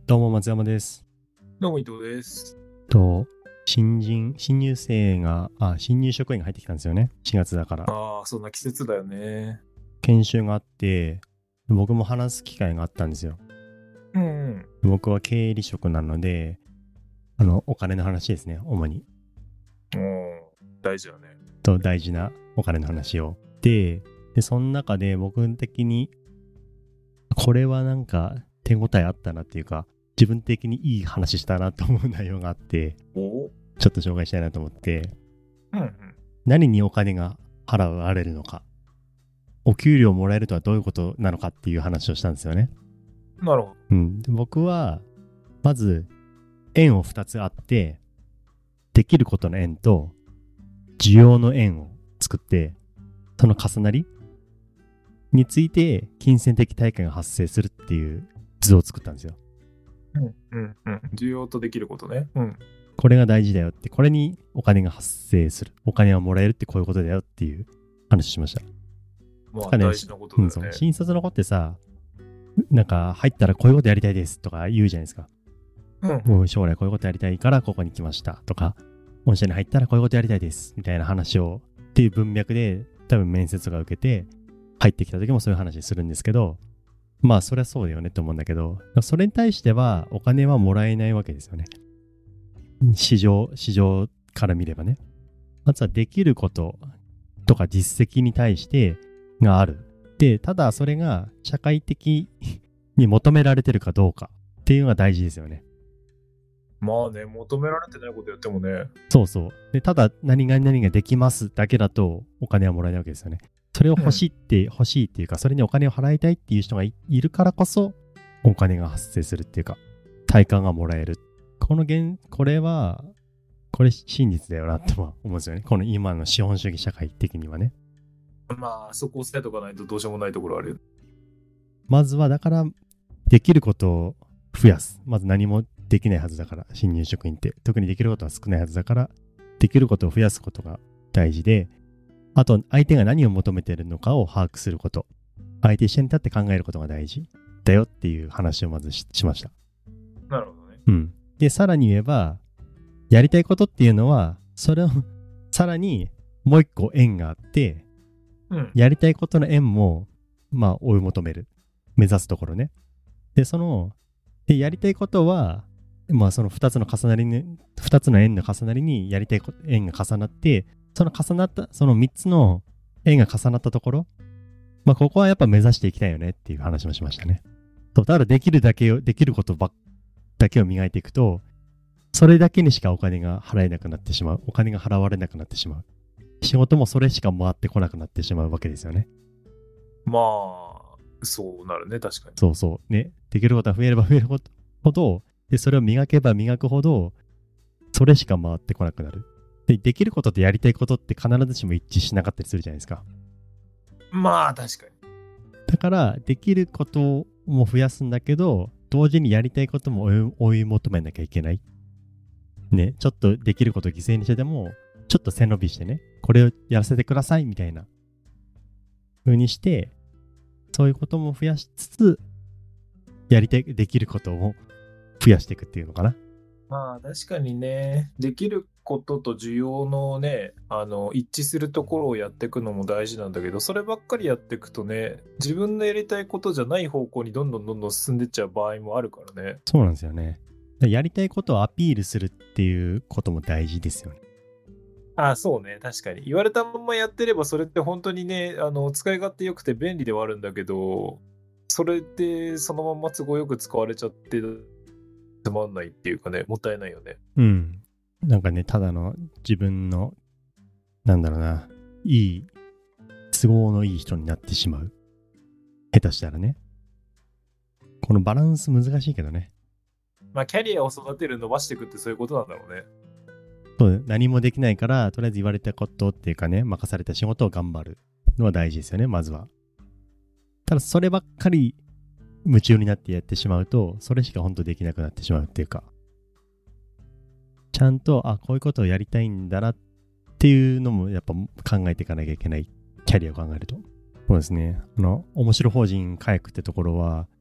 どうも松山です。 どうも伊藤です。 と、新入生が、新入職員が入ってきたんですよね。4月だから。 ああ、そんな季節だよね。 研修があって、僕も話す機会があったんですよ。 うん、 僕は経理職なので、お金の話ですね、主に。 うん。大事だね。 大事なお金の話を。で、その中で僕的に、これはなんか手応えあったなっていうか、自分的にいい話したなと思う内容があって、 おちょっと紹介したいなと思って、 うん、 何にお金が払われるのか、お給料もらえるとはどういうことなのかっていう話をしたんですよね。 うん。なるほで僕は、まず、円を2つあって、できることの円と、需要の円を作って、その重なりについて、金銭的対価が発生するっていう図を作ったんですよ。 ど。うん、うん。需要とできることね。うん。 これが大事だよって、これにお金が発生する。お金をもらえるってこういうことだよっていう話をしました。 まあ、 ね、 大事なことだよそう。 ね。 新卒の子ってさ、なんか入ったらこういうことやりたいですとか言うじゃないですか。 うん、 もう将来こういうことやりたいからここに来ましたとか、御社に入ったらこういうことやりたいですみたいな話をっていう文脈で多分面接が受けて入ってきた時もそういう話するんですけど、まあそりゃそうだよねって思うんだけど、それに対してはお金はもらえないわけですよね。市場から見ればね。まずはできることとか実績に対してがある。で、ただそれが社会的に求められてるかどうかっていうのが大事ですよね。 まあね、求められてないことやってもね。 そうそう。で、ただ何々々ができますだけだとお金はもらえないわけですよね。それをうん。 欲しいっていうか、それにお金を払いたいっていう人がいるからこそ、お金が発生するっていうか、対価がもらえる。これ真実だよなとは思うんですよね。この今の資本主義社会的にはね。 まあ、そこを押さえとかないとどうしようもないところある。 まずはだから、できることを増やす。まず何もできないはずだから、新入職員って。特にできることは少ないはずだから、できることを増やすことが大事で、あと、相手が何を求めているのかを把握すること。相手一緒に立って考えることが大事だよっていう話をまずしました。 なるほどね。 うん。で、さらに言えば、やりたいことっていうのは、それを、さらにもう一個円があって、 うん。 やりたいことの円も、まあ、追い求める。目指すところね。で、やりたいことは、まあ、その二つの重なりに、二つの円の重なりにやりたい円が重なって、その重なった、その三つの円が重なったところ、まあ、ここはやっぱ目指していきたいよねっていう話もしましたね。ただできることだけを磨いていくと、それだけにしかお金が払えなくなってしまう。お金が払われなくなってしまう。仕事もそれしか回ってこなくなってしまうわけですよね。 まあ、そうなるね、確かに。 そうそう。ね。できることが増えれば増えるほど、で、それを磨けば磨くほど、それしか回ってこなくなる。できることとやりたいことって必ずしも一致しなかったりするじゃないですか。 まあ、確かに。 だから、できることも増やすんだけど、同時にやりたいことも追い求めなきゃいけない。ね。ちょっとできることを犠牲にしてでも、ちょっと背伸びしてね、これをやらせてくださいみたいな風にして、そういうことも増やしつつ、できることを増やしていくっていうのかな。 まあ確かにね、できることと需要のね、一致するところをやっていくのも大事なんだけど、そればっかりやっていくとね、自分のやりたいことじゃない方向にどんどん進んでっちゃう場合もあるからね。 そうなんですよね。やりたいことをアピールするっていうことも大事ですよね。 ああ、そうね、確かに。言われたままやってれば、それって本当にね、使い勝手良くて便利ではあるんだけど、それでそのまま都合よく使われちゃってつまんないっていうかね、もったいないよね。 うん。なんかね、ただの自分の、なんだろうな、いい、都合のいい人になってしまう。下手したらね。このバランス難しいけどね。 まあ、キャリアを育てる、伸ばしていくってそういうことなんだろうね。 そう、何もできないから、とりあえず言われたことっていうかね、任された仕事を頑張るのは大事ですよね、まずは。ただ、そればっかり夢中になってやってしまうと、それしか本当できなくなってしまうっていうか、ちゃんと、こういうことをやりたいんだなっていうのもやっぱ考えていかなきゃいけない。キャリアを考えると。そうですね。面白法人カヤックってところは、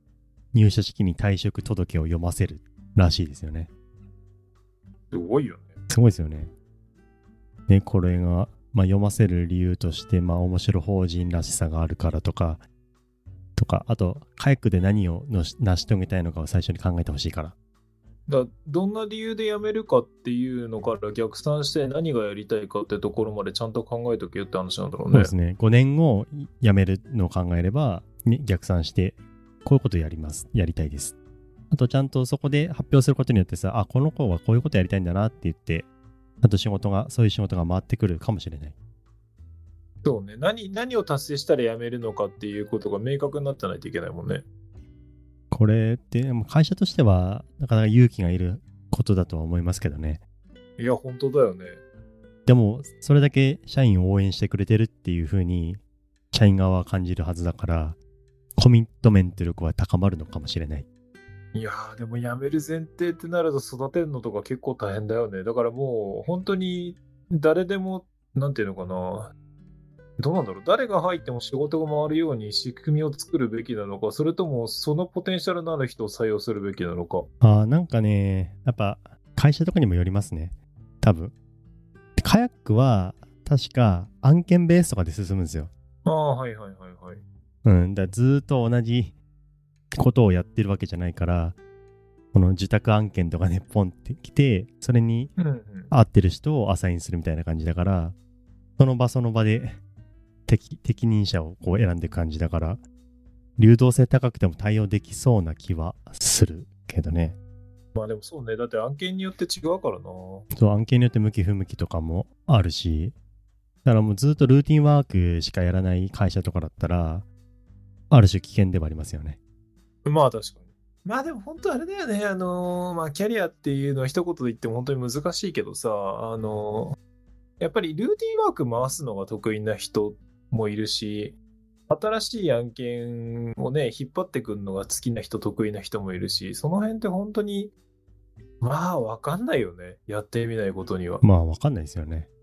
入社式に退職届を読ませるらしいですよね。 すごいよね。 すごいですよね。で、これが、読ませる理由として、面白法人らしさがあるからとか、あと、カヤックで何を成し遂げたいのかを最初に考えてほしいから。 どんな理由で辞めるかっていうのから逆算して何がやりたいかってところまでちゃんと考えとけよって話なんだろうね。 そうですね。5年後辞めるのを考えれば、逆算して、こういうことやりたいです。あとちゃんとそこで発表することによってさ、この子はこういうことやりたいんだなって言って、あとそういう仕事が回ってくるかもしれない。 そうね。何を達成したら辞めるのかっていうことが明確になってないといけないもんね。 これって会社としてはなかなか勇気がいることだとは思いますけどね。 いや、本当だよね。 でも、それだけ社員を応援してくれてるっていう風に、社員側は感じるはずだから、コミットメント力は高まるのかもしれない。 いやー、でも辞める前提ってなると育てるのとか結構大変だよね。だからもう、本当に誰でも、なんていうのかな。どうなんだろう。誰が入っても仕事が回るように仕組みを作るべきなのか、それともそのポテンシャルのある人を採用するべきなのか。 なんかね、やっぱ会社とかにもよりますね。多分。カヤックは確か案件ベースとかで進むんですよ。 はいはいはいはい。 だからずーっと同じことをやってるわけじゃないから、この受託案件とかね、ポンってきて、それに合ってる人をアサインするみたいな感じだから、その場で適任者をこう選んでいく感じだから、流動性高くても対応できそうな気はするけどね。 でもそうね。だって案件によって違うからな。 そう、案件によって向き不向きとかもあるし、だからもうずっとルーティンワークしかやらない会社とかだったら、ある種危険ではありますよね。 確かに。でも本当あれだよね。キャリアっていうのは一言で言っても本当に難しいけどさ、やっぱりルーティンワーク回すのが得意な人もいるし、新しい案件をね、引っ張ってくるのが好きな人、得意な人もいるし、その辺って本当に、わかんないよね。やってみないことには。 わかんないですよね。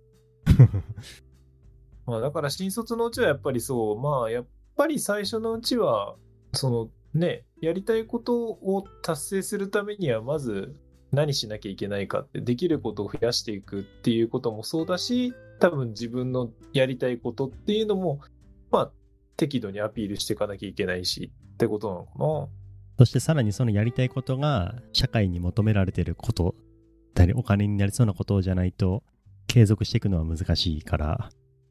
だから新卒のうちはやっぱりそう、やっぱり最初のうちは、そのね、やりたいことを達成するためには、まず何しなきゃいけないかって、できることを増やしていくっていうこともそうだし、多分自分のやりたいことっていうのも、適度にアピールしていかなきゃいけないしってことなのかな。 そしてさらにそのやりたいことが社会に求められてることだり、お金になりそうなことじゃないと継続していくのは難しいから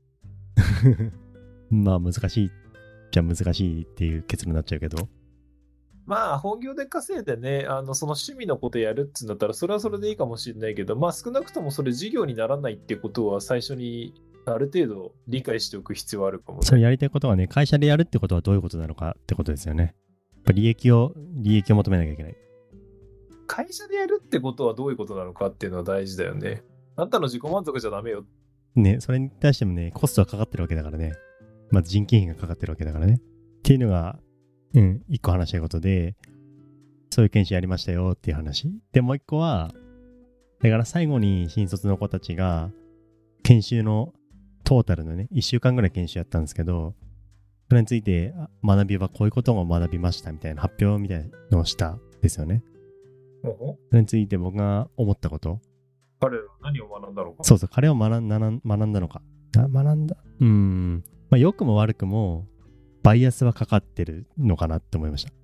難しいじゃ難しいっていう結論になっちゃうけど、 本業で稼いでね、その趣味のことやるっつうんだったら、それはそれでいいかもしれないけど、少なくともそれ事業にならないってことは最初にある程度理解しておく必要はあるかもね。 それやりたいことはね、会社でやるってことはどういうことなのかってことですよね。やっぱ利益を求めなきゃいけない。 会社でやるってことはどういうことなのかっていうのは大事だよね。あんたの自己満足じゃダメよ。 ね、それに対してもね、コストはかかってるわけだからね。人件費がかかってるわけだからね。っていうのが、一個話したいことで、そういう研修やりましたよっていう話。で、もう一個は、だから最後に新卒の子たちが、研修のトータルのね、1週間ぐらい研修やったんですけど、それについて学びはこういうことを学びましたみたいな発表みたいなのをしたんですよね。それについて僕が思ったこと。 彼らは何を学んだのか。 そうそう、彼は学んだのか。学んだ。良くも悪くも、バイアスはかかってるのかなって思いました。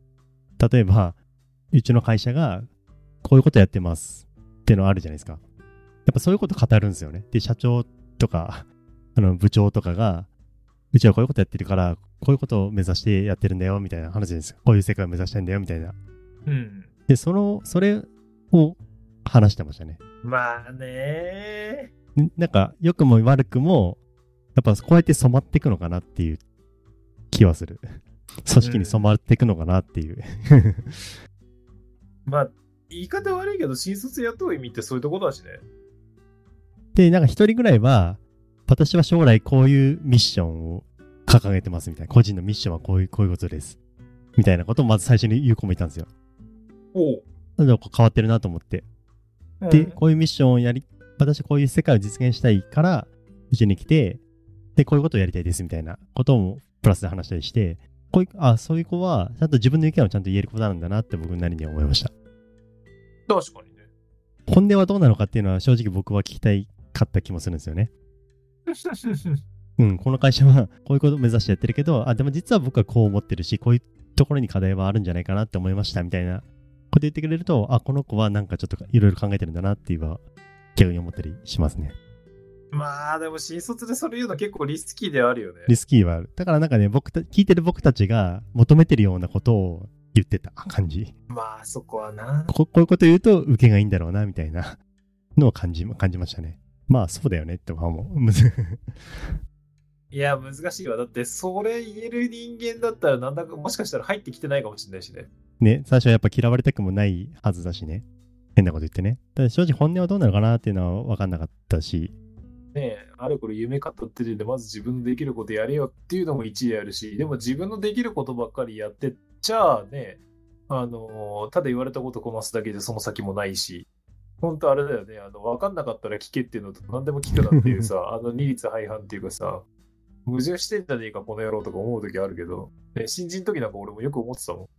例えば、うちの会社が、こういうことやってますっていうのあるじゃないですか。やっぱそういうこと語るんですよね。で、社長とか、部長とかが、うちはこういうことやってるから、こういうことを目指してやってるんだよ、みたいな話ですよ。こういう世界を目指してんだよ、みたいな。で、それを話してましたね。なんか、良くも悪くも、やっぱこうやって染まっていくのかなっていう気はする。組織に染まっていくのかなっていう。 言い方悪いけど、新卒雇う意味ってそういうところだしね。 で、なんか一人ぐらいは、私は将来こういうミッションを掲げてますみたいな。個人のミッションはこういうことです。みたいなことをまず最初に言う子もいたんですよ。変わってるなと思って。で、こういうミッションを私はこういう世界を実現したいから、うちに来て、で、こういうことをやりたいですみたいなこともプラスで話したりして、 そういう子は、ちゃんと自分の意見をちゃんと言える子なんだなって僕なりには思いました。 確かにね。 本音はどうなのかっていうのは正直僕は聞きたいかった気もするんですよね。この会社はこういうことを目指してやってるけど、でも実は僕はこう思ってるし、こういうところに課題はあるんじゃないかなって思いましたみたいなこと言ってくれると、この子はなんかちょっといろいろ考えてるんだなっていうのは逆に思ったりしますね。 まあでも新卒でそれ言うの結構リスキーであるよね。 リスキーはある。だからなんかね、聞いてる僕たちが求めてるようなことを言ってた感じ。 まあそこはな。 こういうこと言うと受けがいいんだろうなみたいなのを感じましたね。まあそうだよねって思う。 いや難しいわ。だってそれ言える人間だったらなんだかもしかしたら入ってきてないかもしれないしね。 ね、最初はやっぱ嫌われたくもないはずだしね。変なこと言ってね。ただ正直本音はどうなのかなっていうのは分かんなかったし。 ねえ、あれこれ夢語っててでまず自分のできることやれよっていうのも一理あるし、でも自分のできることばっかりやってじゃあね、ただ言われたことこなすだけでその先もないし、本当あれだよね、分かんなかったら聞けっていうのと何でも聞くなっていうさ、二律背反っていうかさ、矛盾してんじゃねえかこの野郎とか思う時あるけど、ね、新人の時なんか俺もよく思ってたもん。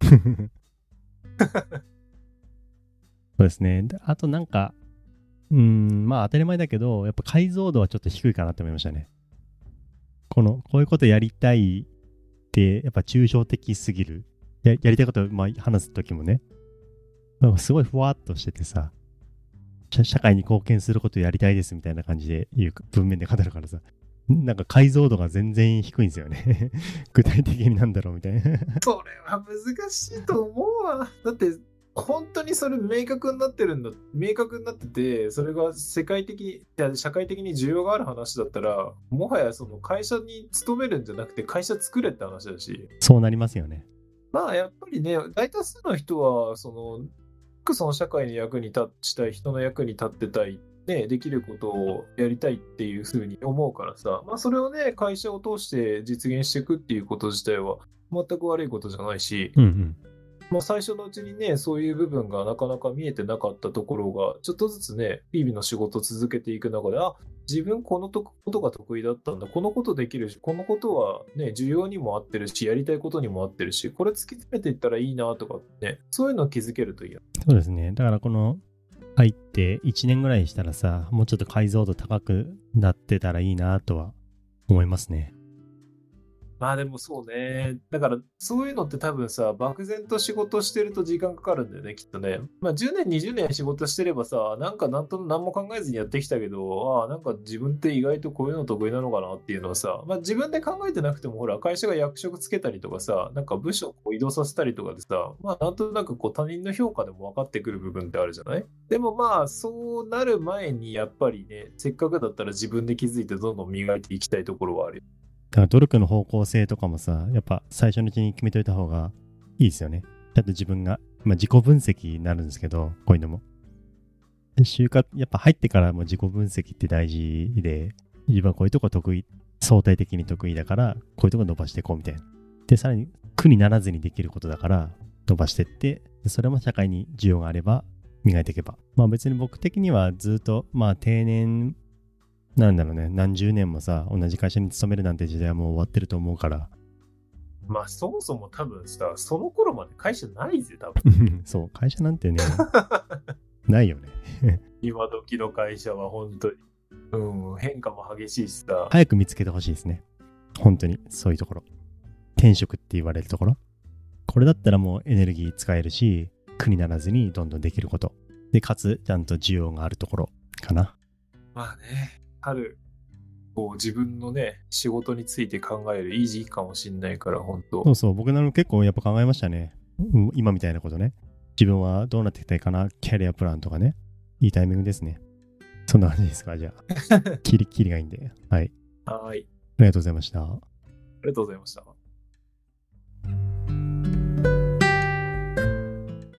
そうですね。あとなんか、まあ当たり前だけど、やっぱ解像度はちょっと低いかなって思いましたね。こういうことやりたいって、やっぱ抽象的すぎる。やりたいことを話すときもね、なんかすごいふわっとしててさ、社会に貢献することをやりたいですみたいな感じで言う文面で語るからさ、なんか解像度が全然低いんですよね。具体的になんだろうみたいな。 それは難しいと思うわ。だって、本当にそれ明確になってて、それが社会的に需要がある話だったら、もはやその会社に勤めるんじゃなくて会社作れって話だし。 そうなりますよね。 まあやっぱりね、大多数の人は、その社会の役に立ちたい、人の役に立ってたい、ね、できることをやりたいっていうふうに思うからさ、まあそれをね、会社を通して実現していくっていうこと自体は全く悪いことじゃないし、まあ最初のうちにね、そういう部分がなかなか見えてなかったところが、ちょっとずつね、日々の仕事を続けていく中で、自分このことが得意だったんだ、このことできるし、このことはね、需要にも合ってるし、やりたいことにも合ってるし、これ突き詰めていったらいいなとかね、そういうのを気づけるといいや。 そうですね。だから入って1年ぐらいしたらさ、もうちょっと解像度高くなってたらいいなとは思いますね。 まあでもそうね。だからそういうのって多分さ、漠然と仕事してると時間かかるんだよね、きっとね。まあ10年、20年仕事してればさ、なんか何も考えずにやってきたけど、なんか自分って意外とこういうの得意なのかなっていうのはさ、まあ自分で考えてなくてもほら、会社が役職つけたりとかさ、なんか部署をこう移動させたりとかでさ、まあなんとなくこう他人の評価でも分かってくる部分ってあるじゃない？でもまあそうなる前にやっぱりね、せっかくだったら自分で気づいてどんどん磨いていきたいところはあるよ。 だから努力の方向性とかもさ、やっぱ最初のうちに決めといた方がいいですよね。ちゃんと自分が、自己分析になるんですけど、こういうのも。やっぱ入ってからも自己分析って大事で、自分はこういうとこ得意、相対的に得意だから、こういうとこ伸ばしていこうみたいな。で、さらに苦にならずにできることだから伸ばしてって、それも社会に需要があれば磨いていけば。まあ別に僕的にはずっと、定年、なんだろうね、何十年もさ、同じ会社に勤めるなんて時代はもう終わってると思うから。 まあそもそも多分さ、その頃まで会社ないぜ、多分。 そう、会社なんてね、ないよね。 今時の会社は本当に。変化も激しいしさ。 早く見つけてほしいですね。本当に、そういうところ。転職って言われるところ。これだったらもうエネルギー使えるし、苦にならずにどんどんできること。で、かつ、ちゃんと需要があるところかな。 まあね、こう自分のね、仕事について考えるいい時期かもしんないから、本当。 そうそう、僕なの結構やっぱ考えましたね。今みたいなことね。自分はどうなっていきたいかな、キャリアプランとかね。いいタイミングですね。そんな感じですか、じゃあ。キリがいいんで。はい。 はい。 ありがとうございました。 ありがとうございました。